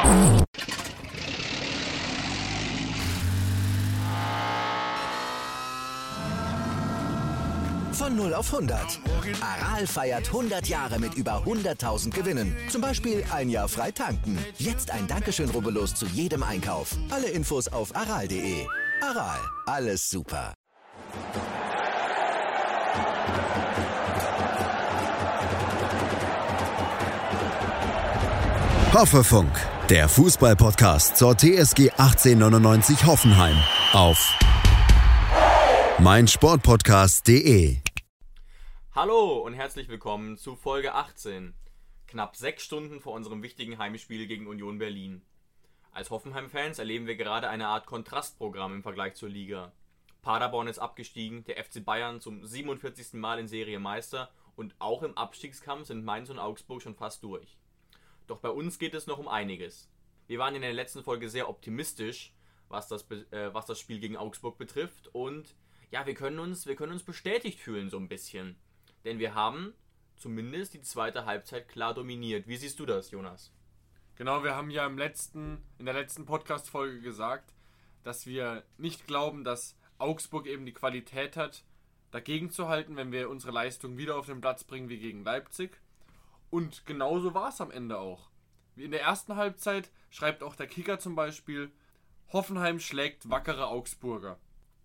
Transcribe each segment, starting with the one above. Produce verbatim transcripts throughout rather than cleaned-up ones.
Von null auf hundert. Aral feiert hundert Jahre mit über hunderttausend Gewinnen. Zum Beispiel ein Jahr frei tanken. Jetzt ein Dankeschön, rubbellos zu jedem Einkauf. Alle Infos auf aral punkt de. Aral, alles super. Hoffefunk, der Fußball-Podcast zur T S G achtzehnhundertneunundneunzig Hoffenheim auf meinsportpodcast punkt de. Hallo und herzlich willkommen zu Folge achtzehn. Knapp sechs Stunden vor unserem wichtigen Heimspiel gegen Union Berlin. Als Hoffenheim-Fans erleben wir gerade eine Art Kontrastprogramm im Vergleich zur Liga. Paderborn ist abgestiegen, der F C Bayern zum siebenundvierzigsten Mal in Serie Meister und auch im Abstiegskampf sind Mainz und Augsburg schon fast durch. Doch bei uns geht es noch um einiges. Wir waren in der letzten Folge sehr optimistisch, was das, äh, was das Spiel gegen Augsburg betrifft und ja, wir können uns, wir können uns bestätigt fühlen so ein bisschen. Denn wir haben zumindest die zweite Halbzeit klar dominiert. Wie siehst du das, Jonas? Genau, wir haben ja im letzten, in der letzten Podcast-Folge gesagt, dass wir nicht glauben, dass Augsburg eben die Qualität hat, dagegen zu halten, wenn wir unsere Leistung wieder auf den Platz bringen wie gegen Leipzig. Und genauso war es am Ende auch. Wie in der ersten Halbzeit schreibt auch der Kicker zum Beispiel: Hoffenheim schlägt wackere Augsburger.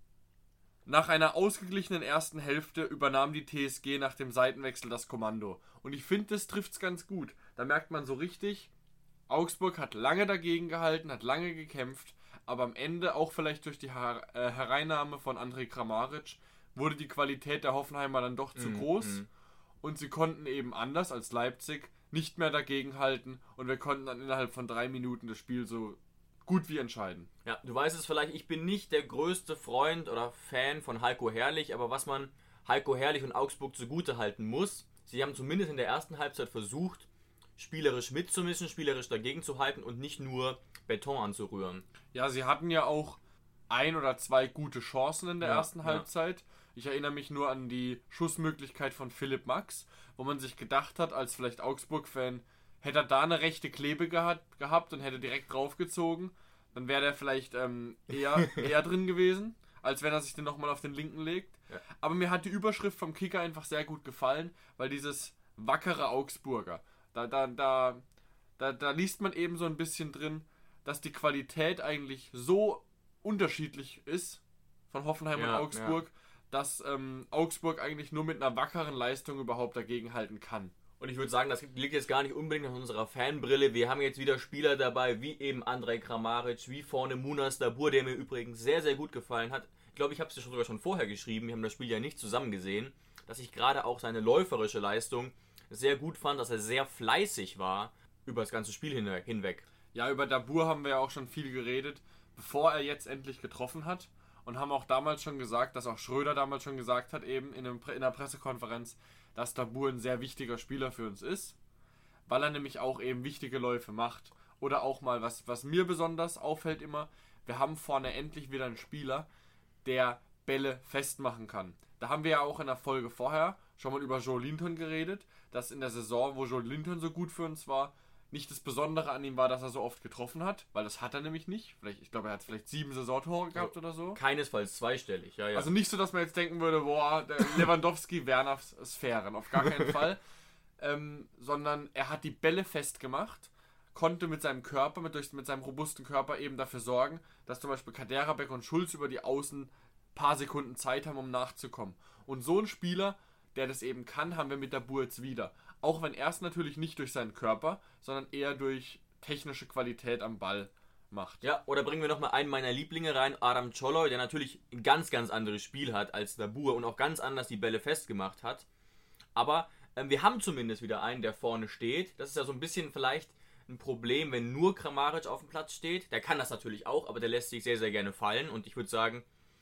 Nach einer ausgeglichenen ersten Hälfte übernahm die T S G nach dem Seitenwechsel das Kommando. Und ich finde, das trifft es ganz gut. Da merkt man so richtig, Augsburg hat lange dagegen gehalten, hat lange gekämpft, aber am Ende, auch vielleicht durch die Her- äh, Hereinnahme von Andrej Kramaric, wurde die Qualität der Hoffenheimer dann doch zu mm, groß. Mm. Und sie konnten eben anders als Leipzig nicht mehr dagegen halten und wir konnten dann innerhalb von drei Minuten das Spiel so gut wie entscheiden. Ja, du weißt es vielleicht, ich bin nicht der größte Freund oder Fan von Heiko Herrlich, aber was man Heiko Herrlich und Augsburg zugute halten muss, sie haben zumindest in der ersten Halbzeit versucht, spielerisch mitzumischen, spielerisch dagegen zu halten und nicht nur Beton anzurühren. Ja, sie hatten ja auch ein oder zwei gute Chancen in der ja, ersten Halbzeit. Ja. Ich erinnere mich nur an die Schussmöglichkeit von Philipp Max, wo man sich gedacht hat, als vielleicht Augsburg-Fan, hätte er da eine rechte Klebe gehabt, gehabt und hätte direkt draufgezogen, dann wäre der vielleicht ähm, eher, eher drin gewesen, als wenn er sich den nochmal auf den linken legt. Ja. Aber mir hat die Überschrift vom Kicker einfach sehr gut gefallen, weil dieses wackere Augsburger, da, da, da, da, da liest man eben so ein bisschen drin, dass die Qualität eigentlich so unterschiedlich ist von Hoffenheim ja, und Augsburg, ja. dass ähm, Augsburg eigentlich nur mit einer wackeren Leistung überhaupt dagegenhalten kann. Und ich würde sagen, das liegt jetzt gar nicht unbedingt an unserer Fanbrille. Wir haben jetzt wieder Spieler dabei, wie eben Andrej Kramaric, wie vorne Munas Dabbur, der mir übrigens sehr, sehr gut gefallen hat. Ich glaube, ich habe es dir sogar schon vorher geschrieben, wir haben das Spiel ja nicht zusammen gesehen, dass ich gerade auch seine läuferische Leistung sehr gut fand, dass er sehr fleißig war über das ganze Spiel hinweg. Ja, über Dabbur haben wir ja auch schon viel geredet, bevor er jetzt endlich getroffen hat. Und haben auch damals schon gesagt, dass auch Schröder damals schon gesagt hat, eben in, einem, in einer Pressekonferenz, dass Dabbur ein sehr wichtiger Spieler für uns ist, weil er nämlich auch eben wichtige Läufe macht. Oder auch mal, was, was mir besonders auffällt immer, wir haben vorne endlich wieder einen Spieler, der Bälle festmachen kann. Da haben wir ja auch in der Folge vorher schon mal über Joelinton geredet, dass in der Saison, wo Joelinton so gut für uns war, nicht das Besondere an ihm war, dass er so oft getroffen hat, weil das hat er nämlich nicht. Vielleicht, ich glaube, er hat vielleicht sieben Saisontore gehabt oder so. Keinesfalls zweistellig, ja, ja. Also nicht so, dass man jetzt denken würde, boah, der Lewandowski, Werner Sphären, auf gar keinen Fall. Ähm, sondern er hat die Bälle festgemacht, konnte mit seinem Körper, mit, durch, mit seinem robusten Körper eben dafür sorgen, dass zum Beispiel Kaderabek und Schulz über die Außen ein paar Sekunden Zeit haben, um nachzukommen. Und so ein Spieler, der das eben kann, haben wir mit Dabbur jetzt wieder. Auch wenn er es natürlich nicht durch seinen Körper, sondern eher durch technische Qualität am Ball macht. Ja, oder bringen wir nochmal einen meiner Lieblinge rein, Adam Czoloi, der natürlich ein ganz, ganz anderes Spiel hat als Dabbur und auch ganz anders die Bälle festgemacht hat. Aber ähm, wir haben zumindest wieder einen, der vorne steht. Das ist ja so ein bisschen vielleicht ein Problem, wenn nur Kramaric auf dem Platz steht. Der kann das natürlich auch, aber der lässt sich sehr, sehr gerne fallen. Und ich würde sagen,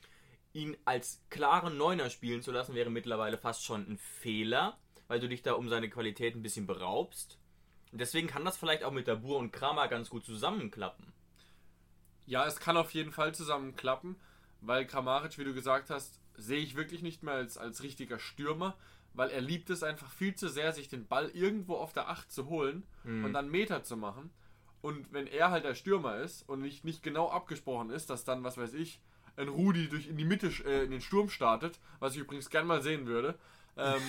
ihn als klaren Neuner spielen zu lassen, wäre mittlerweile fast schon ein Fehler, weil du dich da um seine Qualität ein bisschen beraubst. Und deswegen kann das vielleicht auch mit Dabbur und Kramer ganz gut zusammenklappen. Ja, es kann auf jeden Fall zusammenklappen, weil Kramaric, wie du gesagt hast, sehe ich wirklich nicht mehr als, als richtiger Stürmer, weil er liebt es einfach viel zu sehr, sich den Ball irgendwo auf der Acht zu holen mhm. und dann Meter zu machen. Und wenn er halt der Stürmer ist und nicht, nicht genau abgesprochen ist, dass dann, was weiß ich, ein Rudi durch in die Mitte, äh, in den Sturm startet, was ich übrigens gern mal sehen würde. Ähm,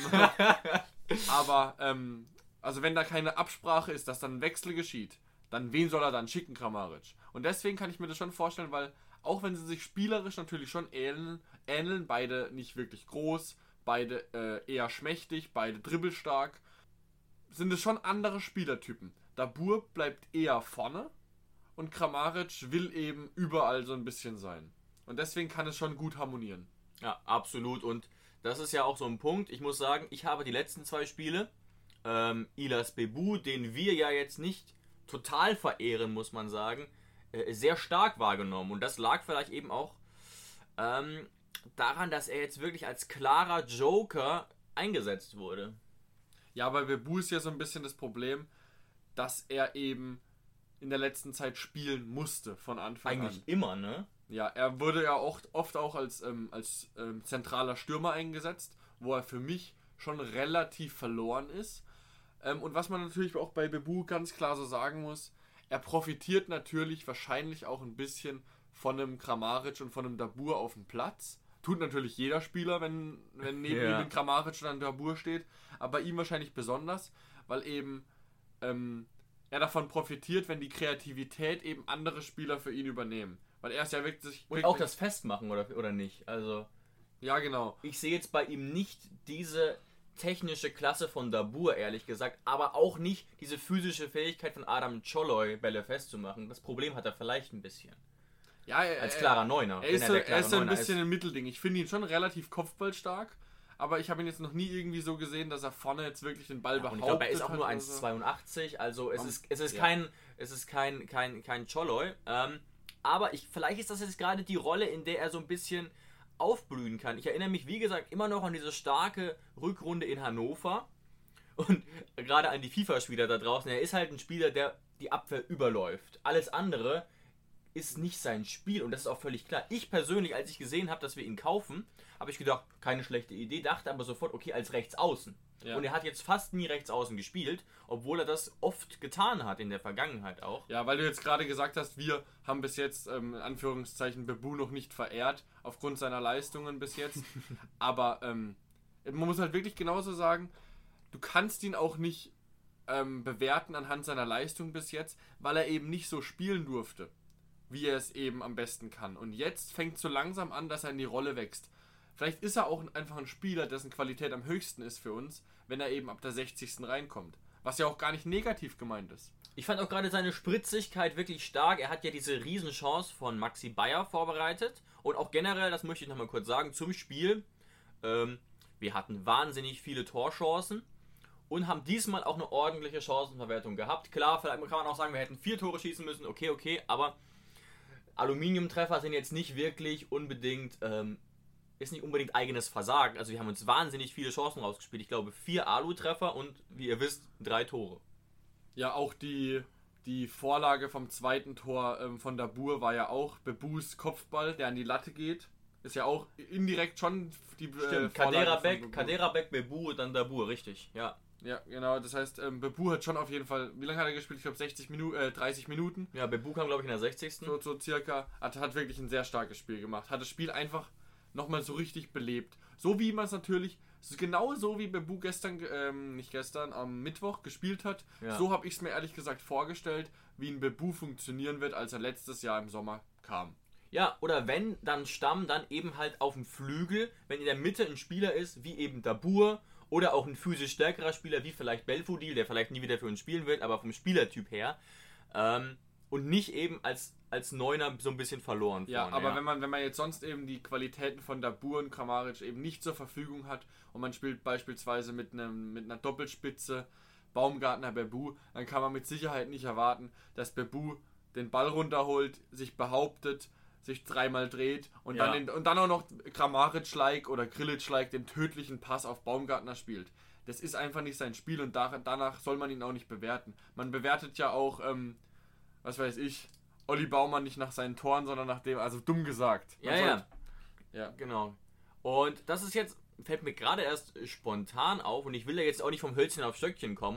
aber, ähm, also wenn da keine Absprache ist, dass dann ein Wechsel geschieht, dann wen soll er dann schicken, Kramaric? Und deswegen kann ich mir das schon vorstellen, weil auch wenn sie sich spielerisch natürlich schon ähneln, ähneln beide nicht wirklich groß, beide äh, eher schmächtig, beide dribbelstark, sind es schon andere Spielertypen. Dabur bleibt eher vorne und Kramaric will eben überall so ein bisschen sein. Und deswegen kann es schon gut harmonieren. Ja, absolut. Und das ist ja auch so ein Punkt. Ich muss sagen, ich habe die letzten zwei Spiele, ähm, Ilas Bebu, den wir ja jetzt nicht total verehren, muss man sagen, äh, sehr stark wahrgenommen. Und das lag vielleicht eben auch ähm, daran, dass er jetzt wirklich als klarer Joker eingesetzt wurde. Ja, bei Bebu ist ja so ein bisschen das Problem, dass er eben in der letzten Zeit spielen musste von Anfang Eigentlich an. immer, ne? Ja, er wurde ja auch oft auch als, ähm, als ähm, zentraler Stürmer eingesetzt, wo er für mich schon relativ verloren ist. Ähm, und was man natürlich auch bei Bebu ganz klar so sagen muss, er profitiert natürlich wahrscheinlich auch ein bisschen von einem Kramaric und von einem Dabur auf dem Platz. Tut natürlich jeder Spieler, wenn, wenn neben Ja. ihm ein Kramaric oder ein Dabur steht, aber bei ihm wahrscheinlich besonders, weil eben ähm, er davon profitiert, wenn die Kreativität eben andere Spieler für ihn übernehmen. Weil er ist ja wirklich... Und auch das Festmachen, oder, oder nicht? Also, Ja, genau. ich sehe jetzt bei ihm nicht diese technische Klasse von Dabur, ehrlich gesagt, aber auch nicht diese physische Fähigkeit von Adam Czoloi, Bälle festzumachen. Das Problem hat er vielleicht ein bisschen. Ja, er, Als klarer Neuner. Er ist, wenn so, der er klare ist so ein Neuner bisschen ist. ein Mittelding. Ich finde ihn schon relativ kopfballstark, aber ich habe ihn jetzt noch nie irgendwie so gesehen, dass er vorne jetzt wirklich den Ball Ja, und behauptet ich glaube, er ist auch hat nur oder eins so. zweiundachtzig, also es Am- ist, es ist ja. kein, es ist kein, kein, kein Czoloi. Ähm, aber ich, vielleicht ist das jetzt gerade die Rolle, in der er so ein bisschen aufblühen kann. Ich erinnere mich, wie gesagt, immer noch an diese starke Rückrunde in Hannover und gerade an die FIFA-Spieler da draußen. Er ist halt ein Spieler, der die Abwehr überläuft. Alles andere ist nicht sein Spiel und das ist auch völlig klar. Ich persönlich, als ich gesehen habe, dass wir ihn kaufen, habe ich gedacht, keine schlechte Idee, dachte aber sofort, okay, als Rechtsaußen. Ja. Und er hat jetzt fast nie Rechtsaußen gespielt, obwohl er das oft getan hat in der Vergangenheit auch. Ja, weil du jetzt gerade gesagt hast, wir haben bis jetzt, ähm, in Anführungszeichen, Bebu noch nicht verehrt, aufgrund seiner Leistungen bis jetzt. Aber ähm, man muss halt wirklich genauso sagen, du kannst ihn auch nicht ähm, bewerten anhand seiner Leistung bis jetzt, weil er eben nicht so spielen durfte, wie er es eben am besten kann. Und jetzt fängt so langsam an, dass er in die Rolle wächst. Vielleicht ist er auch einfach ein Spieler, dessen Qualität am höchsten ist für uns, wenn er eben ab der sechzigsten reinkommt. Was ja auch gar nicht negativ gemeint ist. Ich fand auch gerade seine Spritzigkeit wirklich stark. Er hat ja diese Riesenchance von Maxi Bayer vorbereitet. Und auch generell, das möchte ich nochmal kurz sagen, zum Spiel. Ähm, wir hatten wahnsinnig viele Torchancen und haben diesmal auch eine ordentliche Chancenverwertung gehabt. Klar, vielleicht kann man auch sagen, wir hätten vier Tore schießen müssen. Okay, okay, aber Aluminiumtreffer sind jetzt nicht wirklich unbedingt... Ähm, ist nicht unbedingt eigenes Versagen. Also wir haben uns wahnsinnig viele Chancen rausgespielt. Ich glaube vier Alu-Treffer und wie ihr wisst, drei Tore. Ja, auch die, die Vorlage vom zweiten Tor ähm, von Dabur war ja auch Bebus Kopfball, der an die Latte geht. Ist ja auch indirekt schon die äh, Stimmt, Vorlage Kadera von Beck, Bebu. Kadera Beck, Bebu und dann Dabur, richtig, ja. Ja, genau. Das heißt, ähm, Bebu hat schon auf jeden Fall, wie lange hat er gespielt? Ich glaube sechzig Minuten, äh, dreißig Minuten. Ja, Bebu kam glaube ich in der sechzigsten So, so circa. Hat, hat wirklich ein sehr starkes Spiel gemacht. Hat das Spiel einfach nochmal so richtig belebt. So wie man es natürlich, genau so wie Bebu gestern, ähm, nicht gestern, am Mittwoch gespielt hat, Ja. so habe ich es mir ehrlich gesagt vorgestellt, wie ein Bebu funktionieren wird, als er letztes Jahr im Sommer kam. Ja, oder wenn, dann Stamm, dann eben halt auf dem Flügel, wenn in der Mitte ein Spieler ist, wie eben Dabur oder auch ein physisch stärkerer Spieler, wie vielleicht Belfodil, der vielleicht nie wieder für uns spielen wird, aber vom Spielertyp her, ähm, und nicht eben als, als Neuner so ein bisschen verloren. Ja, vorne, aber ja. wenn man wenn man jetzt sonst eben die Qualitäten von Dabur und Kramaric eben nicht zur Verfügung hat und man spielt beispielsweise mit einem mit einer Doppelspitze Baumgartner Bebu, dann kann man mit Sicherheit nicht erwarten, dass Bebu den Ball runterholt, sich behauptet, sich dreimal dreht und, Ja. dann, den, und dann auch noch Kramaric-like oder Grilic-like den tödlichen Pass auf Baumgartner spielt. Das ist einfach nicht sein Spiel und da, danach soll man ihn auch nicht bewerten. Man bewertet ja auch, ähm, was weiß ich, Olli Baumann nicht nach seinen Toren, sondern nach dem, also dumm gesagt. Man Ja, soll- ja. ja. Genau. Und das ist jetzt, fällt mir gerade erst spontan auf und ich will ja jetzt auch nicht vom Hölzchen auf Stöckchen kommen.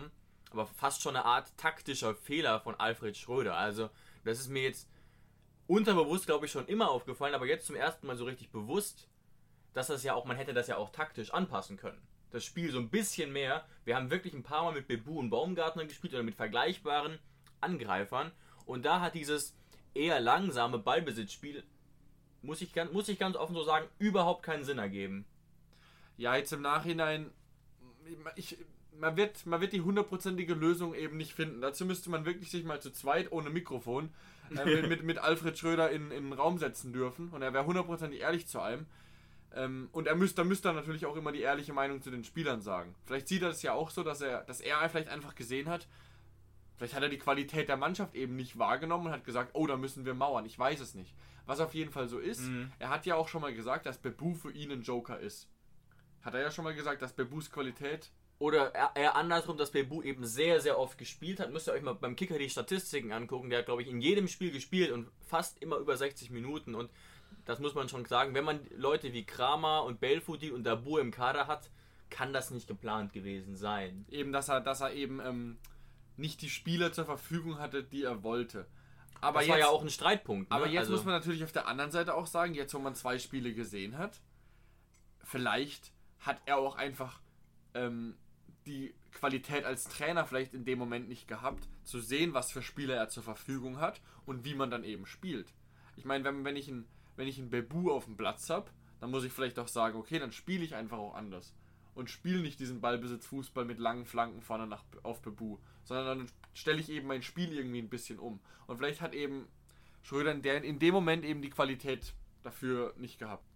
aber fast schon eine Art taktischer Fehler von Alfred Schröder. Also das ist mir jetzt unterbewusst, glaube ich, schon immer aufgefallen, aber jetzt zum ersten Mal so richtig bewusst, dass das ja auch, man hätte das ja auch taktisch anpassen können. Das Spiel so ein bisschen mehr. Wir haben wirklich ein paar Mal mit Bebu und Baumgartner gespielt oder mit vergleichbaren Angreifern und da hat dieses eher langsame Ballbesitzspiel, muss ich, muss ich ganz offen so sagen, überhaupt keinen Sinn ergeben. Ja, jetzt im Nachhinein, ich, man, wird, man wird die hundertprozentige Lösung eben nicht finden. Dazu müsste man wirklich sich mal zu zweit ohne Mikrofon äh, mit, mit Alfred Schröder in, in den Raum setzen dürfen und er wäre hundertprozentig ehrlich zu einem. Ähm, und er müsste, da müsste er natürlich auch immer die ehrliche Meinung zu den Spielern sagen. Vielleicht sieht er das ja auch so, dass er, dass er vielleicht einfach gesehen hat, vielleicht hat er die Qualität der Mannschaft eben nicht wahrgenommen und hat gesagt, oh, da müssen wir mauern. Ich weiß es nicht. Was auf jeden Fall so ist, mhm. er hat ja auch schon mal gesagt, dass Bebu für ihn ein Joker ist. Hat er ja schon mal gesagt, dass Bebus Qualität... Oder eher andersrum, dass Bebu eben sehr, sehr oft gespielt hat. Müsst ihr euch mal beim Kicker die Statistiken angucken. Der hat, glaube ich, in jedem Spiel gespielt und fast immer über sechzig Minuten. Und das muss man schon sagen. Wenn man Leute wie Kramer und Belfodil und Dabur im Kader hat, kann das nicht geplant gewesen sein. Eben, dass er, dass er eben ähm, nicht die Spieler zur Verfügung hatte, die er wollte. Aber das jetzt, war ja auch ein Streitpunkt. Ne? Aber jetzt also, muss man natürlich auf der anderen Seite auch sagen, jetzt wo man zwei Spiele gesehen hat, vielleicht hat er auch einfach ähm, die Qualität als Trainer vielleicht in dem Moment nicht gehabt, zu sehen, was für Spieler er zur Verfügung hat und wie man dann eben spielt. Ich meine, wenn, wenn ich einen wenn ich einen Bebu auf dem Platz habe, dann muss ich vielleicht auch sagen, okay, dann spiele ich einfach auch anders. Und spiele nicht diesen Ballbesitzfußball mit langen Flanken vorne nach, auf Bebu, sondern dann stelle ich eben mein Spiel irgendwie ein bisschen um. Und vielleicht hat eben Schröder in, der, in dem Moment eben die Qualität dafür nicht gehabt.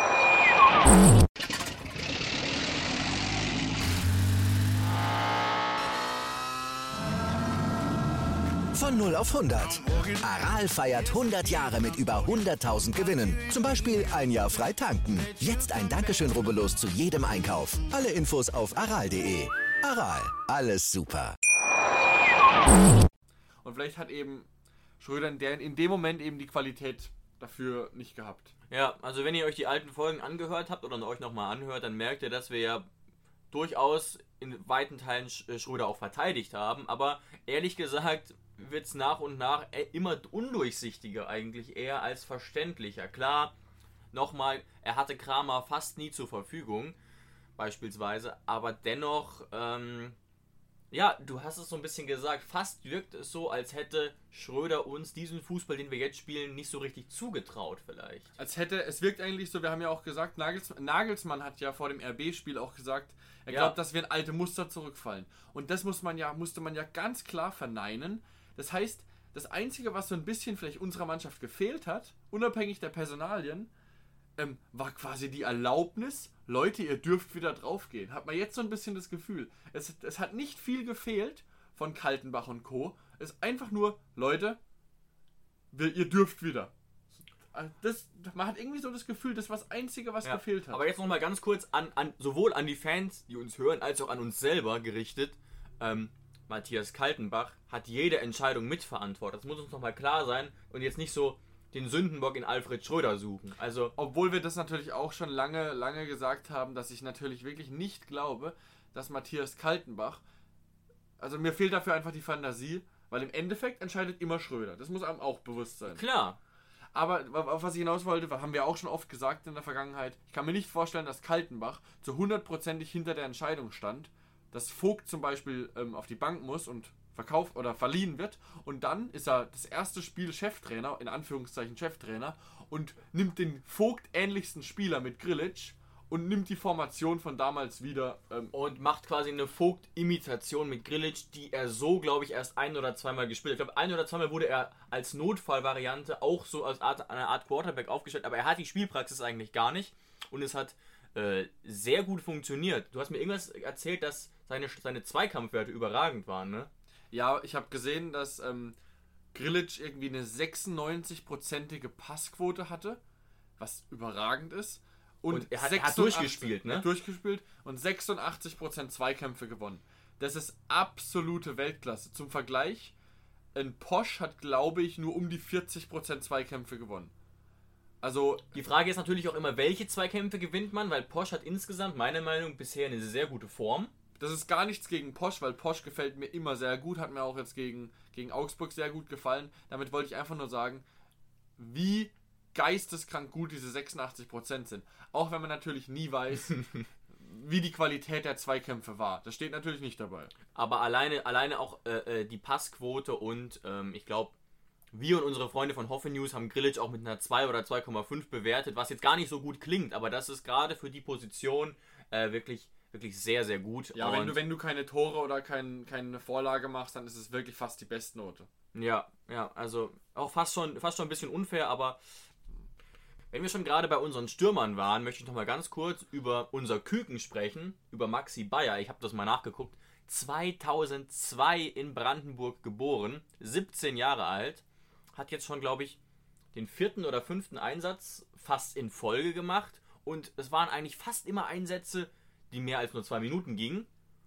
Von null auf hundert. Aral feiert hundert Jahre mit über hunderttausend Gewinnen. Zum Beispiel ein Jahr frei tanken. Jetzt ein Dankeschön, rubbellos zu jedem Einkauf. Alle Infos auf aral punkt de. Aral, alles super. Und vielleicht hat eben Schröder in, der, in dem Moment eben die Qualität dafür nicht gehabt. Ja, also wenn ihr euch die alten Folgen angehört habt oder euch nochmal anhört, dann merkt ihr, dass wir ja durchaus in weiten Teilen Schröder auch verteidigt haben. Aber ehrlich gesagt wird es nach und nach immer undurchsichtiger eigentlich, eher als verständlicher. Klar, nochmal, er hatte Kramer fast nie zur Verfügung, beispielsweise, aber dennoch, ähm, ja, du hast es so ein bisschen gesagt, fast wirkt es so, als hätte Schröder uns diesen Fußball, den wir jetzt spielen, nicht so richtig zugetraut vielleicht. Als hätte, es wirkt eigentlich so, wir haben ja auch gesagt, Nagels, Nagelsmann hat ja vor dem R B-Spiel auch gesagt, er Ja. glaubt, dass wir in alte Muster zurückfallen. Und das muss man ja, musste man ja ganz klar verneinen. Das heißt, das Einzige, was so ein bisschen vielleicht unserer Mannschaft gefehlt hat, unabhängig der Personalien, ähm, war quasi die Erlaubnis, Leute, ihr dürft wieder draufgehen. Hat man jetzt so ein bisschen das Gefühl. Es, es hat nicht viel gefehlt von Kaltenbach und Co. Es ist einfach nur, Leute, wir, ihr dürft wieder. Das, man hat irgendwie so das Gefühl, das war das Einzige, was Ja, gefehlt hat. aber jetzt nochmal ganz kurz, an, an, sowohl an die Fans, die uns hören, als auch an uns selber gerichtet. Ähm, Matthias Kaltenbach hat jede Entscheidung mitverantwortet. Das muss uns nochmal klar sein und jetzt nicht so den Sündenbock in Alfred Schröder suchen. Also, obwohl wir das natürlich auch schon lange, lange gesagt haben, dass ich natürlich wirklich nicht glaube, dass Matthias Kaltenbach, also mir fehlt dafür einfach die Fantasie, weil im Endeffekt entscheidet immer Schröder. Das muss einem auch bewusst sein. klar. Aber auf was ich hinaus wollte, haben wir auch schon oft gesagt in der Vergangenheit, ich kann mir nicht vorstellen, dass Kaltenbach zu hundertprozentig hinter der Entscheidung stand, dass Vogt zum Beispiel ähm, auf die Bank muss und verkauft oder verliehen wird und dann ist er das erste Spiel Cheftrainer, in Anführungszeichen Cheftrainer, und nimmt den Vogt ähnlichsten Spieler mit Grilic und nimmt die Formation von damals wieder. Ähm, Und macht quasi eine Vogt-Imitation mit Grilic, die er so, glaube ich, erst ein oder zweimal gespielt hat. Ich glaube, ein oder zweimal wurde er als Notfallvariante auch so als Art, eine Art Quarterback aufgestellt, aber er hat die Spielpraxis eigentlich gar nicht und es hat äh, sehr gut funktioniert. Du hast mir irgendwas erzählt, dass seine, seine Zweikampfwerte überragend waren, ne? ja, ich habe gesehen, dass ähm, Grilic irgendwie eine sechsundneunzig-prozentige Passquote hatte, was überragend ist. Und, Und er hat- er hat sechsundachtzig durchgespielt, ne? Er hat durchgespielt und sechsundachtzig Prozent Zweikämpfe gewonnen. Das ist absolute Weltklasse. Zum Vergleich, ein Posch hat, glaube ich, nur um die vierzig Prozent Zweikämpfe gewonnen. Also, Die Frage ist natürlich auch immer, welche Zweikämpfe gewinnt man, weil Posch hat insgesamt, meiner Meinung nach, bisher eine sehr gute Form. das ist gar nichts gegen Posch, weil Posch gefällt mir immer sehr gut, hat mir auch jetzt gegen, gegen Augsburg sehr gut gefallen. Damit wollte ich einfach nur sagen, wie geisteskrank gut diese sechsundachtzig Prozent sind. Auch wenn man natürlich nie weiß, wie die Qualität der Zweikämpfe war. Das steht natürlich nicht dabei. Aber alleine, alleine auch äh, die Passquote und ähm, ich glaube, wir und unsere Freunde von Hoffe News haben Grillitsch auch mit einer zwei oder zwei Komma fünf bewertet, was jetzt gar nicht so gut klingt, aber das ist gerade für die Position äh, wirklich, wirklich sehr, sehr gut. Ja, wenn du, wenn du keine Tore oder kein, keine Vorlage machst, dann ist es wirklich fast die Bestnote. Ja, ja, also auch fast schon, fast schon ein bisschen unfair, aber wenn wir schon gerade bei unseren Stürmern waren, möchte ich noch mal ganz kurz über unser Küken sprechen, über Maxi Bayer. Ich habe das mal nachgeguckt. zweitausendzwei in Brandenburg geboren, siebzehn Jahre alt, hat jetzt schon, glaube ich, den vierten oder fünften Einsatz fast in Folge gemacht und es waren eigentlich fast immer Einsätze, die mehr als nur zwei Minuten gingen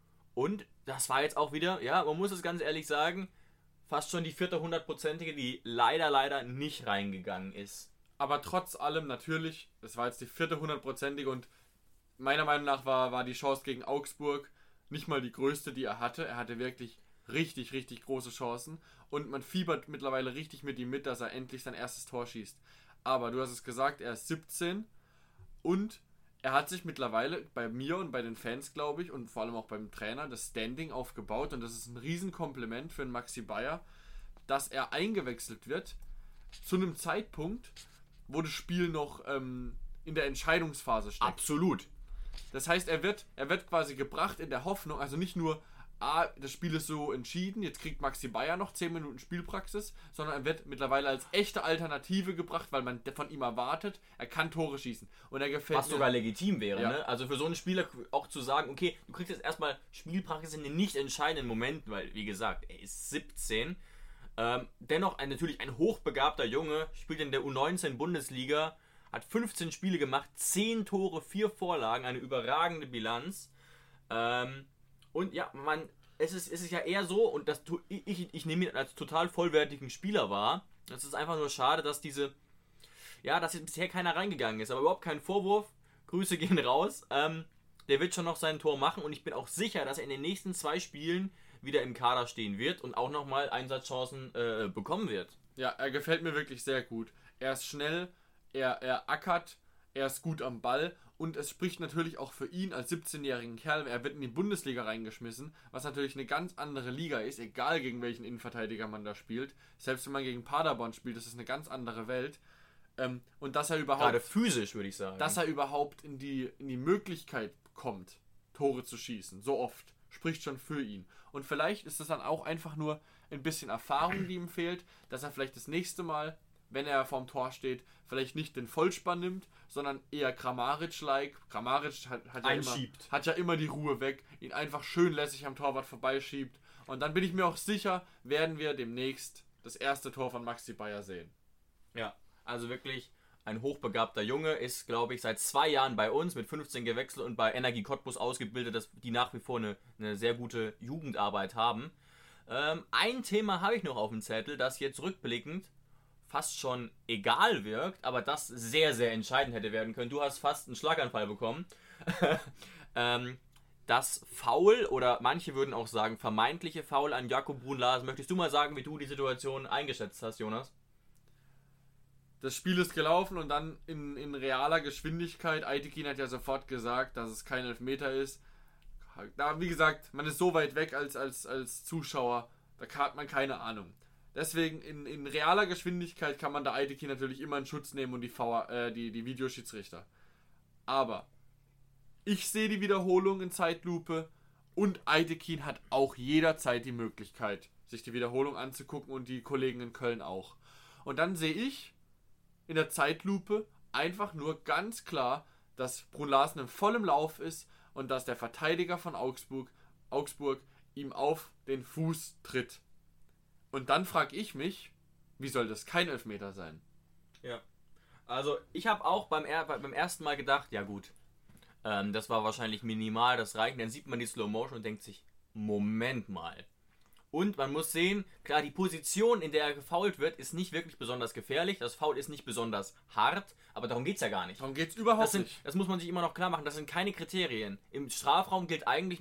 und das war jetzt auch wieder, ja, man muss es ganz ehrlich sagen, fast schon die vierte hundertprozentige, die leider, leider nicht reingegangen ist. Aber trotz allem natürlich, es war jetzt die vierte hundertprozentige und meiner Meinung nach war, war die Chance gegen Augsburg nicht mal die größte, die er hatte. Er hatte wirklich richtig, richtig große Chancen und man fiebert mittlerweile richtig mit ihm mit, dass er endlich sein erstes Tor schießt. Aber du hast es gesagt, er ist siebzehn und er hat sich mittlerweile bei mir und bei den Fans, glaube ich, und vor allem auch beim Trainer das Standing aufgebaut und das ist ein Riesenkompliment für den Maxi Bayer, dass er eingewechselt wird zu einem Zeitpunkt, wo das Spiel noch ähm, in der Entscheidungsphase steckt. Absolut. Das heißt, er wird, er wird quasi gebracht in der Hoffnung, also nicht nur, ah, das Spiel ist so entschieden, jetzt kriegt Maxi Bayer noch zehn Minuten Spielpraxis, sondern er wird mittlerweile als echte Alternative gebracht, weil man von ihm erwartet, er kann Tore schießen. Und er gefällt Was mir, sogar legitim wäre, ja. ne? Also für so einen Spieler auch zu sagen, okay, du kriegst jetzt erstmal Spielpraxis in den nicht entscheidenden Momenten, weil, wie gesagt, er ist siebzehn. Ähm, dennoch ein, natürlich ein hochbegabter Junge, spielt in der U neunzehn Bundesliga, hat fünfzehn Spiele gemacht, zehn Tore, vier Vorlagen, eine überragende Bilanz. Ähm, und ja, man, es ist, es ist ja eher so, und das ich, ich, ich nehme ihn als total vollwertigen Spieler wahr. Es ist einfach nur schade, dass diese, ja, dass jetzt bisher keiner reingegangen ist, aber überhaupt kein Vorwurf. Grüße gehen raus. Ähm, der wird schon noch sein Tor machen und ich bin auch sicher, dass er in den nächsten zwei Spielen wieder im Kader stehen wird und auch nochmal Einsatzchancen äh, bekommen wird. Ja, er gefällt mir wirklich sehr gut. Er ist schnell, er, er ackert, er ist gut am Ball und es spricht natürlich auch für ihn als siebzehnjährigen Kerl, er wird in die Bundesliga reingeschmissen, was natürlich eine ganz andere Liga ist, egal gegen welchen Innenverteidiger man da spielt. Selbst wenn man gegen Paderborn spielt, das ist eine ganz andere Welt. Ähm, und dass er überhaupt... Gerade physisch, würde ich sagen. Dass er überhaupt in die, in die Möglichkeit kommt, Tore zu schießen, so oft, spricht schon für ihn. Und vielleicht ist es dann auch einfach nur ein bisschen Erfahrung, die ihm fehlt, dass er vielleicht das nächste Mal, wenn er vorm Tor steht, vielleicht nicht den Vollspann nimmt, sondern eher Kramaric-like. Kramaric hat, hat, ja immer, hat ja immer die Ruhe weg, ihn einfach schön lässig am Torwart vorbeischiebt. Und dann bin ich mir auch sicher, werden wir demnächst das erste Tor von Maxi Bayer sehen. Ja, also wirklich ein hochbegabter Junge, ist, glaube ich, seit zwei Jahren bei uns, mit fünfzehn gewechselt und bei Energie Cottbus ausgebildet, dass die nach wie vor eine, eine sehr gute Jugendarbeit haben. Ähm, ein Thema habe ich noch auf dem Zettel, das jetzt rückblickend fast schon egal wirkt, aber das sehr, sehr entscheidend hätte werden können. Du hast fast einen Schlaganfall bekommen. ähm, das Foul, oder manche würden auch sagen vermeintliche Foul an Jakob Brun-Larsen. Möchtest du mal sagen, wie du die Situation eingeschätzt hast, Jonas? Das Spiel ist gelaufen und dann in, in realer Geschwindigkeit. Aytekin hat ja sofort gesagt, dass es kein Elfmeter ist. Da, wie gesagt, man ist so weit weg als, als, als Zuschauer, da hat man keine Ahnung. Deswegen in, in realer Geschwindigkeit kann man da Aytekin natürlich immer in Schutz nehmen und die, v, äh, die, die Videoschiedsrichter. Aber ich sehe die Wiederholung in Zeitlupe und Aytekin hat auch jederzeit die Möglichkeit, sich die Wiederholung anzugucken und die Kollegen in Köln auch. Und dann sehe ich in der Zeitlupe einfach nur ganz klar, dass Brun-Larsen in vollem Lauf ist und dass der Verteidiger von Augsburg, Augsburg ihm auf den Fuß tritt. Und dann frage ich mich, wie soll das kein Elfmeter sein? Ja, also ich habe auch beim, er- beim ersten Mal gedacht, ja gut, ähm, das war wahrscheinlich minimal, das reicht. Dann sieht man die Slow Motion und denkt sich, Moment mal. Und man muss sehen, klar, die Position, in der er gefoult wird, ist nicht wirklich besonders gefährlich. Das Foul ist nicht besonders hart, aber darum geht es ja gar nicht. Darum geht es überhaupt das sind, nicht. Das muss man sich immer noch klar machen, das sind keine Kriterien. Im Strafraum gilt eigentlich nur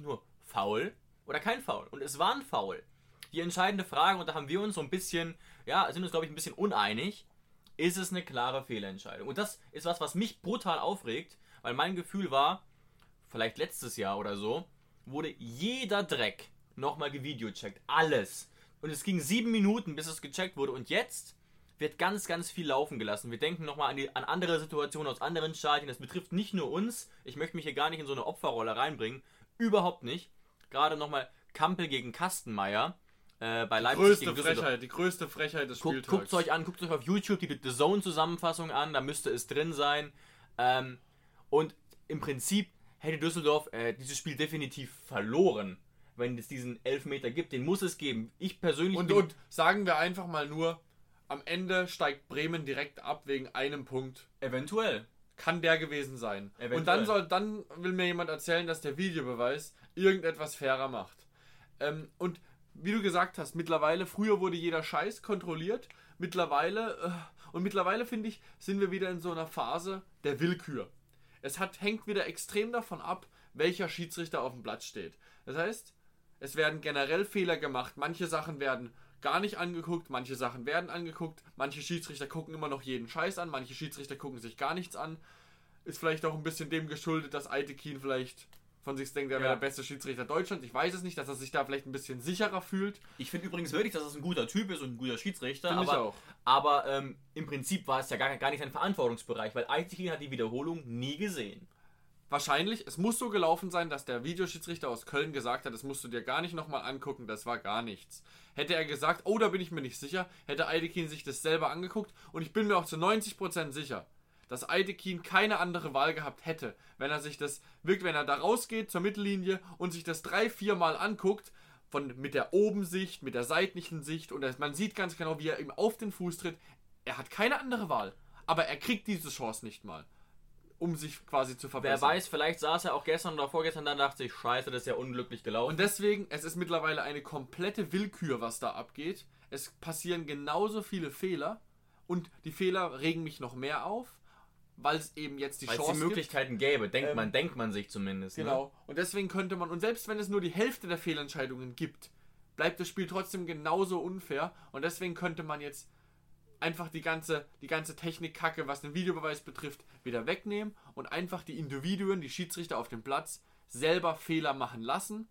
Foul oder kein Foul? Und es war ein Foul. Die entscheidende Frage, und da haben wir uns so ein bisschen, ja, sind uns glaube ich ein bisschen uneinig, ist es eine klare Fehlentscheidung? Und das ist was, was mich brutal aufregt, weil mein Gefühl war, vielleicht letztes Jahr oder so, wurde jeder Dreck nochmal gevideocheckt. Alles. Und es ging sieben Minuten, bis es gecheckt wurde. Und jetzt wird ganz, ganz viel laufen gelassen. Wir denken nochmal an, die, an andere Situationen aus anderen Stadien. Das betrifft nicht nur uns. Ich möchte mich hier gar nicht in so eine Opferrolle reinbringen. Überhaupt nicht. Gerade nochmal Kampel gegen Kastenmeier. Äh, bei Leipzig größte gegen Düsseldorf. Frechheit, die größte Frechheit des Guckt, Spieltags. guckt euch an, guckt euch auf YouTube die The Zone-Zusammenfassung an, da müsste es drin sein. Ähm, und im Prinzip hätte Düsseldorf äh, dieses Spiel definitiv verloren, wenn es diesen Elfmeter gibt. Den muss es geben. Ich persönlich Und, bin... und sagen wir einfach mal nur, am Ende steigt Bremen direkt ab wegen einem Punkt. Eventuell. Kann der gewesen sein. Eventuell. Und dann soll, dann will mir jemand erzählen, dass der Videobeweis irgendetwas fairer macht. Ähm, und wie du gesagt hast, mittlerweile, früher wurde jeder Scheiß kontrolliert, mittlerweile, äh, und mittlerweile finde ich, sind wir wieder in so einer Phase der Willkür. Es hat, hängt wieder extrem davon ab, welcher Schiedsrichter auf dem Platz steht. Das heißt, es werden generell Fehler gemacht, manche Sachen werden gar nicht angeguckt, manche Sachen werden angeguckt, manche Schiedsrichter gucken immer noch jeden Scheiß an, manche Schiedsrichter gucken sich gar nichts an. Ist vielleicht auch ein bisschen dem geschuldet, dass Aytekin vielleicht von sich denkt, er wäre Ja. der beste Schiedsrichter Deutschlands. Ich weiß es nicht, dass er sich da vielleicht ein bisschen sicherer fühlt. Ich finde übrigens wirklich, dass das ein guter Typ ist und ein guter Schiedsrichter. Finde ich aber auch. aber ähm, im Prinzip war es ja gar, gar nicht sein Verantwortungsbereich, weil Aytekin hat die Wiederholung nie gesehen. Wahrscheinlich, es muss so gelaufen sein, dass der Videoschiedsrichter aus Köln gesagt hat, das musst du dir gar nicht nochmal angucken, das war gar nichts. Hätte er gesagt, oh, da bin ich mir nicht sicher, hätte Aytekin sich das selber angeguckt und ich bin mir auch zu neunzig Prozent sicher, dass Aytekin keine andere Wahl gehabt hätte, wenn er sich das, wirklich, wenn er da rausgeht zur Mittellinie und sich das drei, vier Mal anguckt, von, mit der Obensicht, mit der seitlichen Sicht und das, man sieht ganz genau, wie er ihm auf den Fuß tritt. Er hat keine andere Wahl, aber er kriegt diese Chance nicht mal, um sich quasi zu verbessern. Wer weiß, vielleicht saß er auch gestern oder vorgestern da und dachte sich, scheiße, das ist ja unglücklich gelaufen. Und deswegen, es ist mittlerweile eine komplette Willkür, was da abgeht. Es passieren genauso viele Fehler und die Fehler regen mich noch mehr auf, weil es eben jetzt die Weil es Chance die Möglichkeiten gäbe, denkt Ähm, man, denkt man sich zumindest. gibt. Ne? Genau. Und deswegen könnte man, und selbst wenn es nur die Hälfte der Fehlentscheidungen gibt, bleibt das Spiel trotzdem genauso unfair. Und deswegen könnte man jetzt einfach die ganze, die ganze Technik-Kacke, was den Videobeweis betrifft, wieder wegnehmen und einfach die Individuen, die Schiedsrichter auf dem Platz, selber Fehler machen lassen,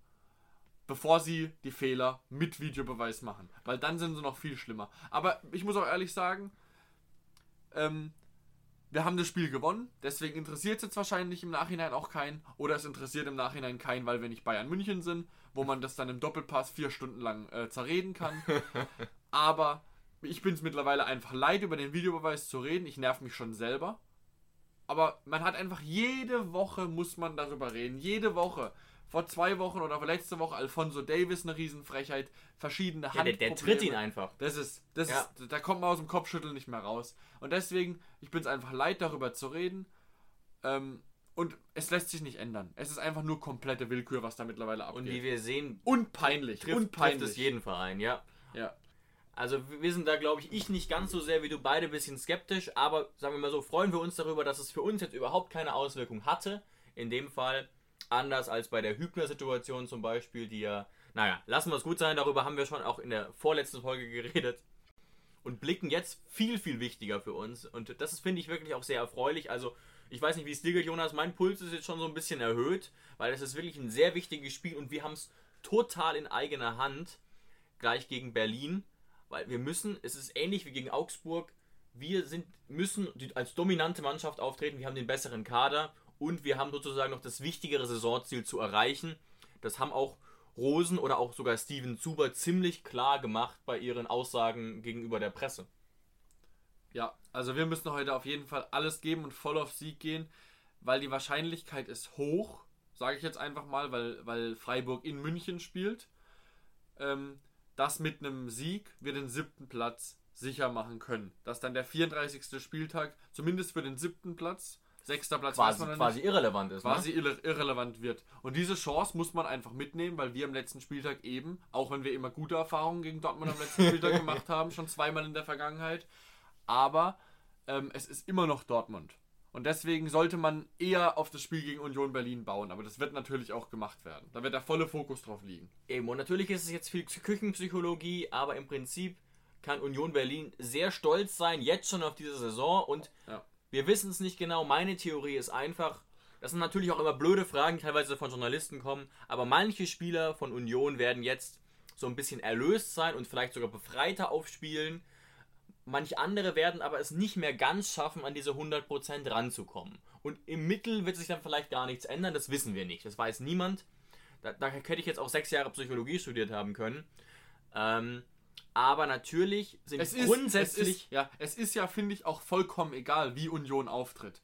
bevor sie die Fehler mit Videobeweis machen. Weil dann sind sie noch viel schlimmer. Aber ich muss auch ehrlich sagen, ähm, wir haben das Spiel gewonnen, deswegen interessiert es jetzt wahrscheinlich im Nachhinein auch keinen. Oder es interessiert im Nachhinein keinen, weil wir nicht Bayern München sind, wo man das dann im Doppelpass vier Stunden lang äh, zerreden kann. Aber ich bin es mittlerweile einfach leid, über den Videobeweis zu reden. Ich nerv mich schon selber. Aber man hat einfach jede Woche muss man darüber reden. Jede Woche. Vor zwei Wochen oder letzte Woche Alphonso Davies eine Riesenfrechheit. Verschiedene Ja, der, Handprobleme. der tritt ihn einfach. Das ist, das Ja. ist, da kommt man aus dem Kopfschütteln nicht mehr raus. Und deswegen, ich bin es einfach leid, darüber zu reden. Ähm, und es lässt sich nicht ändern. Es ist einfach nur komplette Willkür, was da mittlerweile abgeht. Und wie wir sehen, und peinlich. trifft, und trifft peinlich. es jeden Verein, ja. Ja. Also wir sind da, glaube ich, ich nicht ganz so sehr wie du, beide ein bisschen skeptisch, aber sagen wir mal so, freuen wir uns darüber, dass es für uns jetzt überhaupt keine Auswirkung hatte. In dem Fall anders als bei der Hübner-Situation zum Beispiel, die ja, naja, lassen wir es gut sein, darüber haben wir schon auch in der vorletzten Folge geredet und blicken jetzt viel, viel wichtiger für uns und das ist, finde ich, wirklich auch sehr erfreulich. Also ich weiß nicht, wie es dir geht, Jonas, mein Puls ist jetzt schon so ein bisschen erhöht, weil es ist wirklich ein sehr wichtiges Spiel und wir haben es total in eigener Hand, gleich gegen Berlin. Weil wir müssen, es ist ähnlich wie gegen Augsburg, wir sind, müssen als dominante Mannschaft auftreten, wir haben den besseren Kader und wir haben sozusagen noch das wichtigere Saisonziel zu erreichen. Das haben auch Rosen oder auch sogar Steven Zuber ziemlich klar gemacht bei ihren Aussagen gegenüber der Presse. Ja, also wir müssen heute auf jeden Fall alles geben und voll auf Sieg gehen, weil die Wahrscheinlichkeit ist hoch, sage ich jetzt einfach mal, weil, weil Freiburg in München spielt. Ähm, das mit einem Sieg wir den siebten Platz sicher machen können. Dass dann der vierunddreißigste Spieltag, zumindest für den siebten Platz, sechster Platz, weiß Quasi, man noch quasi nicht, irrelevant ist. quasi Ne? irre- irrelevant wird. Und diese Chance muss man einfach mitnehmen, weil wir am letzten Spieltag eben, auch wenn wir immer gute Erfahrungen gegen Dortmund am letzten Spieltag gemacht haben, schon zweimal in der Vergangenheit, aber ähm, es ist immer noch Dortmund. Und deswegen sollte man eher auf das Spiel gegen Union Berlin bauen. Aber das wird natürlich auch gemacht werden. Da wird der volle Fokus drauf liegen. Eben, und natürlich ist es jetzt viel Küchenpsychologie, aber im Prinzip kann Union Berlin sehr stolz sein, jetzt schon auf diese Saison. Und ja. wir wissen es nicht genau. Meine Theorie ist einfach, das sind natürlich auch immer blöde Fragen, die teilweise von Journalisten kommen, aber manche Spieler von Union werden jetzt so ein bisschen erlöst sein und vielleicht sogar befreiter aufspielen. Manche andere werden aber es nicht mehr ganz schaffen, an diese hundert Prozent ranzukommen. Und im Mittel wird sich dann vielleicht gar nichts ändern, das wissen wir nicht. Das weiß niemand. Da, da hätte ich jetzt auch sechs Jahre Psychologie studiert haben können. Ähm, aber natürlich sind es ist, grundsätzlich... Es ist, ja, es ist ja, finde ich, auch vollkommen egal, wie Union auftritt.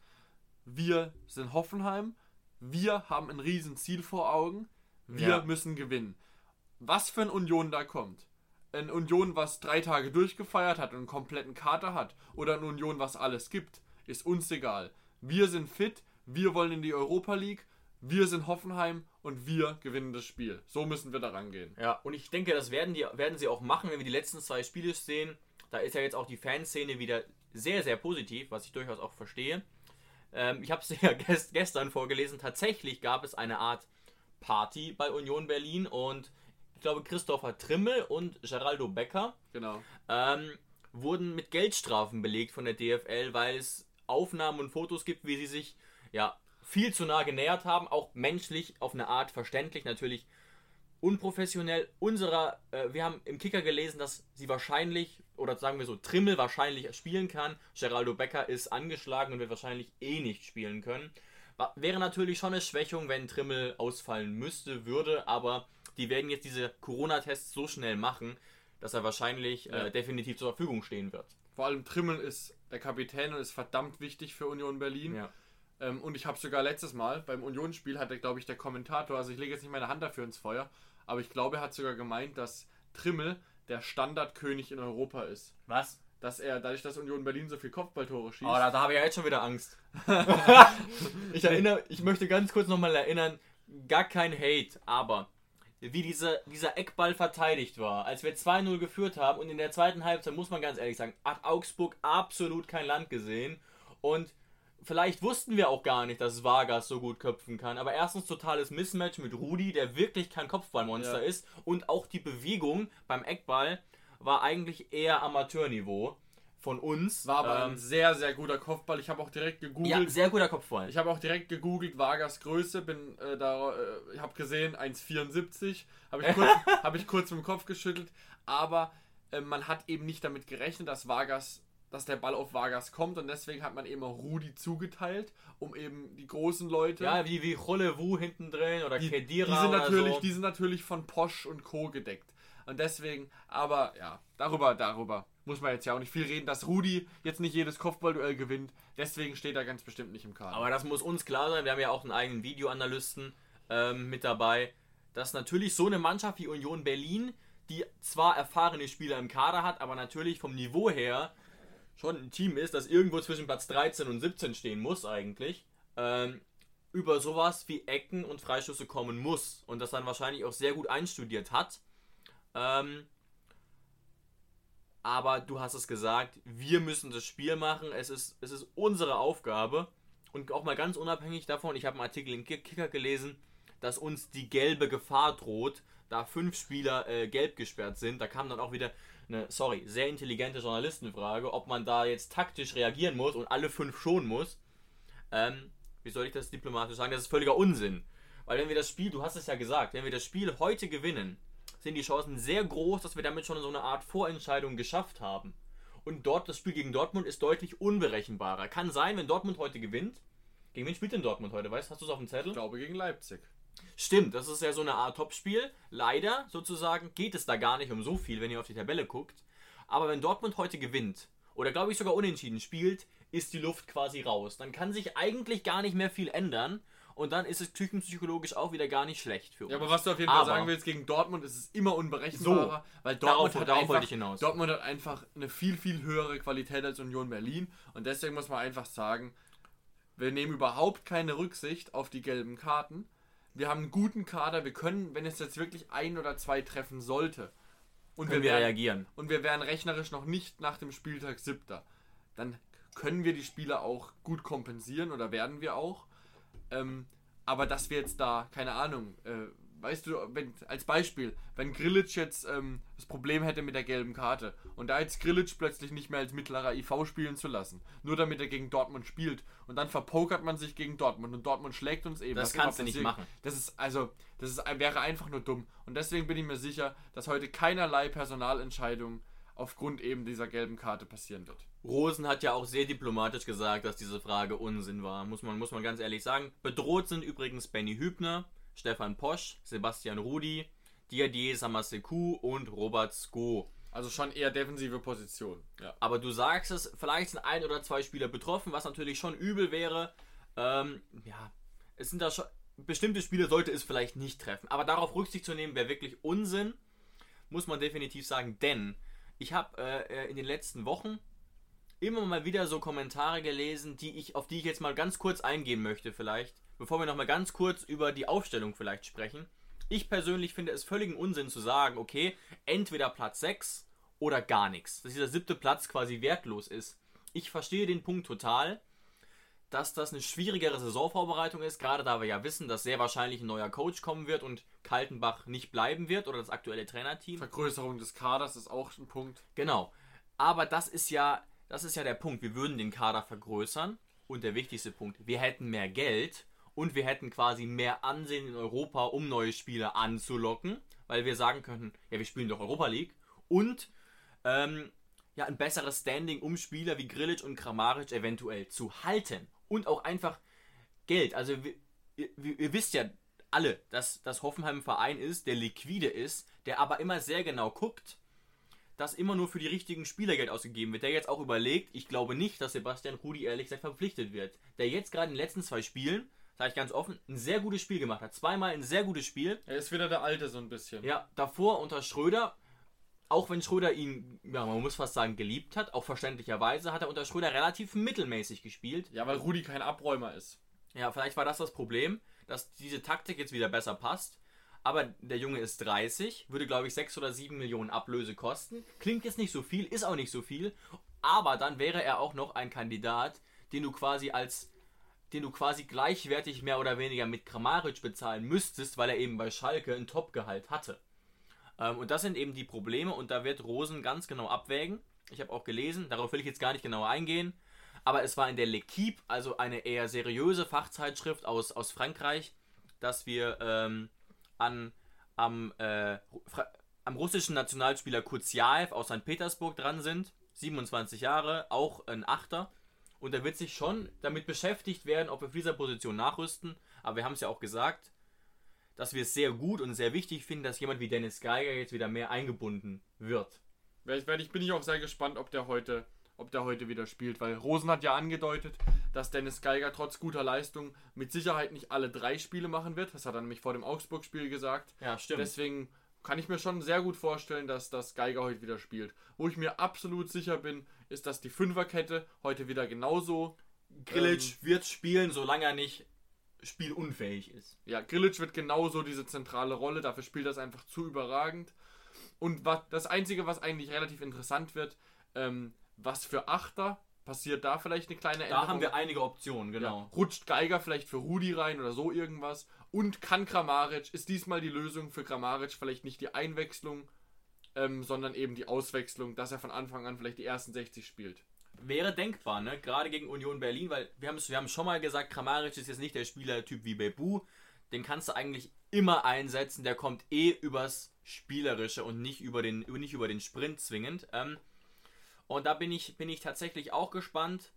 Wir sind Hoffenheim, wir haben ein Riesenziel vor Augen, wir Ja. müssen gewinnen. Was für ein Union da kommt. Ein Union, was drei Tage durchgefeiert hat und einen kompletten Kater hat, oder ein Union, was alles gibt, ist uns egal. Wir sind fit, wir wollen in die Europa League, wir sind Hoffenheim und wir gewinnen das Spiel. So müssen wir da rangehen. Ja, und ich denke, das werden, die, werden sie auch machen, wenn wir die letzten zwei Spiele sehen. Da ist ja jetzt auch die Fanszene wieder sehr, sehr positiv, was ich durchaus auch verstehe. Ähm, ich habe es ja gest- gestern vorgelesen, tatsächlich gab es eine Art Party bei Union Berlin und ich glaube Christopher Trimmel und Geraldo Becker Genau. ähm, wurden mit Geldstrafen belegt von der D F L, weil es Aufnahmen und Fotos gibt, wie sie sich ja viel zu nah genähert haben, auch menschlich auf eine Art verständlich, natürlich unprofessionell. Unserer, äh, wir haben im Kicker gelesen, dass sie wahrscheinlich, oder sagen wir so, Trimmel wahrscheinlich spielen kann. Geraldo Becker ist angeschlagen und wird wahrscheinlich eh nicht spielen können. War, wäre natürlich schon eine Schwächung, wenn Trimmel ausfallen müsste, würde, aber die werden jetzt diese Corona-Tests so schnell machen, dass er wahrscheinlich Ja. äh, definitiv zur Verfügung stehen wird. Vor allem Trimmel ist der Kapitän und ist verdammt wichtig für Union Berlin. Ja. Ähm, und ich habe sogar letztes Mal beim Unionsspiel hatte, glaube ich, der Kommentator, also ich lege jetzt nicht meine Hand dafür ins Feuer, aber ich glaube, er hat sogar gemeint, dass Trimmel der Standardkönig in Europa ist. Was? Dass er, dadurch, dass Union Berlin so viel Kopfballtore schießt. Oh, da, da habe ich ja jetzt schon wieder Angst. ich erinnere, ich möchte ganz kurz nochmal erinnern, gar kein Hate, aber wie dieser, dieser Eckball verteidigt war, als wir zwei null geführt haben und in der zweiten Halbzeit, muss man ganz ehrlich sagen, hat Augsburg absolut kein Land gesehen und vielleicht wussten wir auch gar nicht, dass Vargas so gut köpfen kann, aber erstens totales Mismatch mit Rudi, der wirklich kein Kopfballmonster Ja. ist und auch die Bewegung beim Eckball war eigentlich eher Amateurniveau von uns. War aber Ähm, ein sehr, sehr guter Kopfball. Ich habe auch direkt gegoogelt. ja, sehr guter Kopfball. Ich habe auch direkt gegoogelt, Vargas Größe, bin äh, da, äh, ich habe gesehen, eins Komma vierundsiebzig, habe ich, kurz, hab ich kurz mit dem Kopf geschüttelt, aber äh, man hat eben nicht damit gerechnet, dass Vargas, dass der Ball auf Vargas kommt und deswegen hat man eben auch Rudi zugeteilt, um eben die großen Leute, Ja, wie, wie Cholewu hinten drin oder die, die, Kedira sind oder natürlich, so. die sind natürlich von Posch und Co. gedeckt. Und deswegen, aber ja, darüber, darüber muss man jetzt ja auch nicht viel reden, dass Rudi jetzt nicht jedes Kopfballduell gewinnt, deswegen steht er ganz bestimmt nicht im Kader. Aber das muss uns klar sein, wir haben ja auch einen eigenen Videoanalysten ähm, mit dabei, dass natürlich so eine Mannschaft wie Union Berlin, die zwar erfahrene Spieler im Kader hat, aber natürlich vom Niveau her schon ein Team ist, das irgendwo zwischen Platz dreizehn und siebzehn stehen muss eigentlich, ähm, über sowas wie Ecken und Freischüsse kommen muss und das dann wahrscheinlich auch sehr gut einstudiert hat. Ähm, aber du hast es gesagt, wir müssen das Spiel machen, es ist, es ist unsere Aufgabe und auch mal ganz unabhängig davon, ich habe einen Artikel im Kicker gelesen, dass uns die gelbe Gefahr droht, da fünf Spieler äh, gelb gesperrt sind. Da kam dann auch wieder eine, sorry, sehr intelligente Journalistenfrage, ob man da jetzt taktisch reagieren muss und alle fünf schonen muss. Ähm, wie soll ich das diplomatisch sagen? Das ist völliger Unsinn. Weil wenn wir das Spiel, du hast es ja gesagt, wenn wir das Spiel heute gewinnen, sind die Chancen sehr groß, dass wir damit schon so eine Art Vorentscheidung geschafft haben. Und dort, das Spiel gegen Dortmund ist deutlich unberechenbarer. Kann sein, wenn Dortmund heute gewinnt. Gegen wen spielt denn Dortmund heute? Weißt du, hast du es auf dem Zettel? Ich glaube gegen Leipzig. Stimmt, das ist ja so eine Art Topspiel. Leider, sozusagen, geht es da gar nicht um so viel, wenn ihr auf die Tabelle guckt. Aber wenn Dortmund heute gewinnt, oder glaube ich sogar unentschieden spielt, ist die Luft quasi raus. Dann kann sich eigentlich gar nicht mehr viel ändern. Und dann ist es küchenpsychologisch auch wieder gar nicht schlecht für uns. Ja, aber was du auf jeden Fall Aber- sagen willst, gegen Dortmund ist es immer unberechenbarer, weil Dortmund, Darauf- hat darauf einfach, wollte ich hinaus. Dortmund hat einfach eine viel, viel höhere Qualität als Union Berlin und deswegen muss man einfach sagen, wir nehmen überhaupt keine Rücksicht auf die gelben Karten. Wir haben einen guten Kader, wir können, wenn es jetzt wirklich ein oder zwei treffen sollte und Können wir, wir wären, reagieren. und wir wären rechnerisch noch nicht nach dem Spieltag Siebter, dann können wir die Spieler auch gut kompensieren oder werden wir auch. Ähm, aber dass wir jetzt da, keine Ahnung, äh, weißt du, wenn, als Beispiel, wenn Grilic jetzt ähm, das Problem hätte mit der gelben Karte und da jetzt Grilic plötzlich nicht mehr als mittlerer I V spielen zu lassen, nur damit er gegen Dortmund spielt und dann verpokert man sich gegen Dortmund und Dortmund schlägt uns eben. Das kannst du nicht machen. Das ist, also, das ist, wäre einfach nur dumm. Und deswegen bin ich mir sicher, dass heute keinerlei Personalentscheidung aufgrund eben dieser gelben Karte passieren wird. Rosen hat ja auch sehr diplomatisch gesagt, dass diese Frage Unsinn war, muss man, muss man ganz ehrlich sagen. Bedroht sind übrigens Benny Hübner, Stefan Posch, Sebastian Rudi, Diadier Samaseku und Robert Sko. Also schon eher defensive Position. Ja. Aber du sagst es, vielleicht sind ein oder zwei Spieler betroffen, was natürlich schon übel wäre. Ähm, ja, es sind da schon, bestimmte Spieler sollte es vielleicht nicht treffen. Aber darauf Rücksicht zu nehmen, wäre wirklich Unsinn, muss man definitiv sagen. Denn ich habe äh, in den letzten Wochen immer mal wieder so Kommentare gelesen, die ich, auf die ich jetzt mal ganz kurz eingehen möchte vielleicht, bevor wir noch mal ganz kurz über die Aufstellung vielleicht sprechen. Ich persönlich finde es völligen Unsinn zu sagen, okay, entweder Platz sechs oder gar nichts, dass dieser siebte Platz quasi wertlos ist. Ich verstehe den Punkt total, dass das eine schwierigere Saisonvorbereitung ist, gerade da wir ja wissen, dass sehr wahrscheinlich ein neuer Coach kommen wird und Kaltenbach nicht bleiben wird oder das aktuelle Trainerteam. Vergrößerung des Kaders ist auch ein Punkt. Genau, aber das ist ja Das ist ja der Punkt. Wir würden den Kader vergrößern und der wichtigste Punkt, wir hätten mehr Geld und wir hätten quasi mehr Ansehen in Europa, um neue Spieler anzulocken, weil wir sagen könnten, ja, wir spielen doch Europa League und ähm, ja, ein besseres Standing, um Spieler wie Grilic und Kramaric eventuell zu halten und auch einfach Geld. Also wir, ihr, ihr wisst ja alle, dass das Hoffenheim ein Verein ist, der liquide ist, der aber immer sehr genau guckt, dass immer nur für die richtigen Spieler Geld ausgegeben wird. Der jetzt auch überlegt, ich glaube nicht, dass Sebastian Rudi ehrlich gesagt verpflichtet wird. Der jetzt gerade in den letzten zwei Spielen, sage ich ganz offen, ein sehr gutes Spiel gemacht hat. Zweimal ein sehr gutes Spiel. Er ist wieder der Alte so ein bisschen. Ja, davor unter Schröder, auch wenn Schröder ihn, ja, man muss fast sagen, geliebt hat, auch verständlicherweise, hat er unter Schröder relativ mittelmäßig gespielt. Ja, weil Rudi kein Abräumer ist. Ja, vielleicht war das das Problem, dass diese Taktik jetzt wieder besser passt. Aber der Junge ist dreißig, würde glaube ich sechs oder sieben Millionen Ablöse kosten. Klingt jetzt nicht so viel, ist auch nicht so viel. Aber dann wäre er auch noch ein Kandidat, den du quasi als, den du quasi gleichwertig mehr oder weniger mit Kramaric bezahlen müsstest, weil er eben bei Schalke ein Topgehalt hatte. Ähm, und das sind eben die Probleme und da wird Rosen ganz genau abwägen. Ich habe auch gelesen, darauf will ich jetzt gar nicht genauer eingehen. Aber es war in der L'Équipe, also eine eher seriöse Fachzeitschrift aus, aus Frankreich, dass wir ähm, An, am, äh, am russischen Nationalspieler Kuziaev aus Sankt Petersburg dran sind, siebenundzwanzig Jahre, auch ein Achter. Und da wird sich schon damit beschäftigt werden, ob wir für diese Position nachrüsten. Aber wir haben es ja auch gesagt, dass wir es sehr gut und sehr wichtig finden, dass jemand wie Dennis Geiger jetzt wieder mehr eingebunden wird. Ich bin ich auch sehr gespannt, ob der heute... ob der heute wieder spielt, weil Rosen hat ja angedeutet, dass Dennis Geiger trotz guter Leistung mit Sicherheit nicht alle drei Spiele machen wird. Das hat er nämlich vor dem Augsburg-Spiel gesagt. Ja, stimmt. Deswegen kann ich mir schon sehr gut vorstellen, dass das Geiger heute wieder spielt. Wo ich mir absolut sicher bin, ist, dass die Fünferkette heute wieder genauso... Grilic ähm, wird spielen, solange er nicht spielunfähig ist. Ja, Grilic wird genauso diese zentrale Rolle, dafür spielt das einfach zu überragend. Und was, das Einzige, was eigentlich relativ interessant wird, ähm, was für Achter passiert da vielleicht eine kleine Änderung? Da haben wir einige Optionen, genau. Ja, rutscht Geiger vielleicht für Rudi rein oder so irgendwas? Und kann Kramaric, ist diesmal die Lösung für Kramaric vielleicht nicht die Einwechslung, ähm, sondern eben die Auswechslung, dass er von Anfang an vielleicht die ersten sechzig spielt? Wäre denkbar, ne? Gerade gegen Union Berlin, weil wir haben es wir haben schon mal gesagt, Kramaric ist jetzt nicht der Spielertyp wie Bebu. Den kannst du eigentlich immer einsetzen, der kommt eh übers Spielerische und nicht über den, nicht über den Sprint zwingend. Ähm, Und da bin ich, bin ich tatsächlich auch gespannt,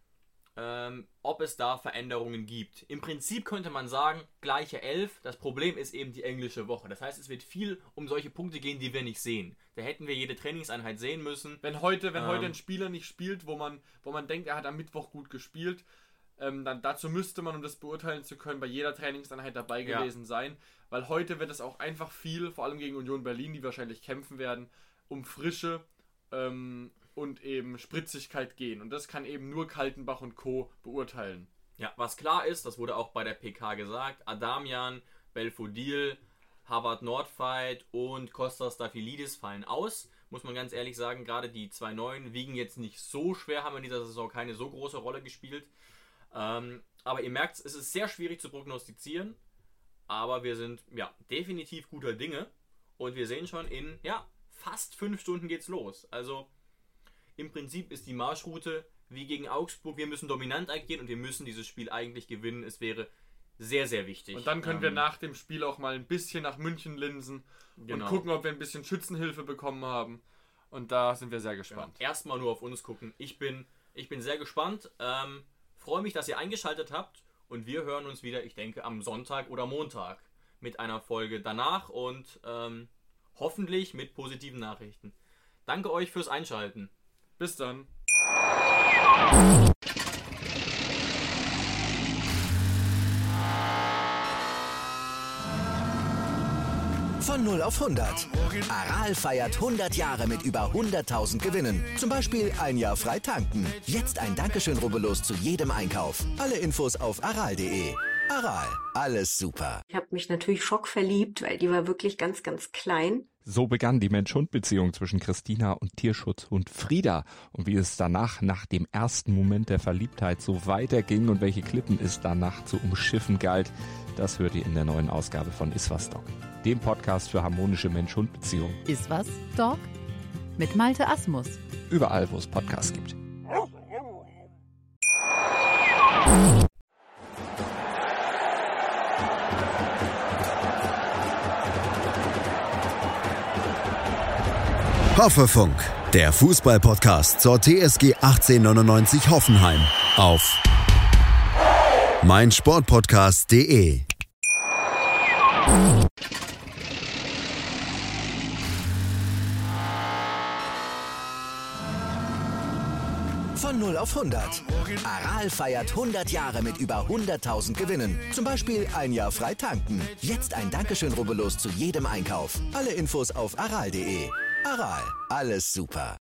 ähm, ob es da Veränderungen gibt. Im Prinzip könnte man sagen, gleiche Elf. Das Problem ist eben die englische Woche. Das heißt, es wird viel um solche Punkte gehen, die wir nicht sehen. Da hätten wir jede Trainingseinheit sehen müssen. Wenn heute, wenn ähm, heute ein Spieler nicht spielt, wo man, wo man denkt, er hat am Mittwoch gut gespielt, ähm, dann dazu müsste man, um das beurteilen zu können, bei jeder Trainingseinheit dabei Ja. gewesen sein. Weil heute wird es auch einfach viel, vor allem gegen Union Berlin, die wahrscheinlich kämpfen werden, um Frische, ähm, und eben Spritzigkeit gehen. Und das kann eben nur Kaltenbach und Co. beurteilen. Ja, was klar ist, das wurde auch bei der P K gesagt, Adamian, Belfodil, Harvard Nordfight und Kostas Stafylidis fallen aus. muss man ganz ehrlich sagen. Gerade die zwei Neuen wiegen jetzt nicht so schwer, haben in dieser Saison keine so große Rolle gespielt. Ähm, aber ihr merkt, es ist sehr schwierig zu prognostizieren. Aber wir sind ja definitiv guter Dinge. Und wir sehen schon, in ja, fast fünf Stunden geht's los. Also im Prinzip ist die Marschroute wie gegen Augsburg. Wir müssen dominant agieren und wir müssen dieses Spiel eigentlich gewinnen. Es wäre sehr, sehr wichtig. Und dann können ähm, wir nach dem Spiel auch mal ein bisschen nach München linsen genau. und gucken, ob wir ein bisschen Schützenhilfe bekommen haben. Und da sind wir sehr gespannt. Genau. Erstmal nur auf uns gucken. Ich bin, ich bin sehr gespannt. Ähm, freue mich, dass ihr eingeschaltet habt. Und wir hören uns wieder, ich denke, am Sonntag oder Montag mit einer Folge danach und ähm, hoffentlich mit positiven Nachrichten. Danke euch fürs Einschalten. Bis dann. Von null auf hundert. Aral feiert hundert Jahre mit über hunderttausend Gewinnen. Zum Beispiel ein Jahr frei tanken. Jetzt ein Dankeschön, rubbellos zu jedem Einkauf. Alle Infos auf aral punkt de. Aral, alles super. Ich habe mich natürlich schockverliebt, weil die war wirklich ganz, ganz klein. So begann die Mensch-Hund-Beziehung zwischen Christina und Tierschutzhund Frieda. Und wie es danach, nach dem ersten Moment der Verliebtheit, so weiterging und welche Klippen es danach zu umschiffen galt, das hört ihr in der neuen Ausgabe von Iswas Dog, dem Podcast für harmonische Mensch-Hund-Beziehungen. Iswas Dog? Mit Malte Asmus. Überall, wo es Podcasts gibt. Hoffefunk, der Fußball-Podcast zur T S G achtzehnhundertneunundneunzig Hoffenheim auf meinsportpodcast punkt de. Von null auf hundert. Aral feiert hundert Jahre mit über hunderttausend Gewinnen. Zum Beispiel ein Jahr frei tanken. Jetzt ein Dankeschön, rubbellos zu jedem Einkauf. Alle Infos auf aral punkt de. Aral, alles super.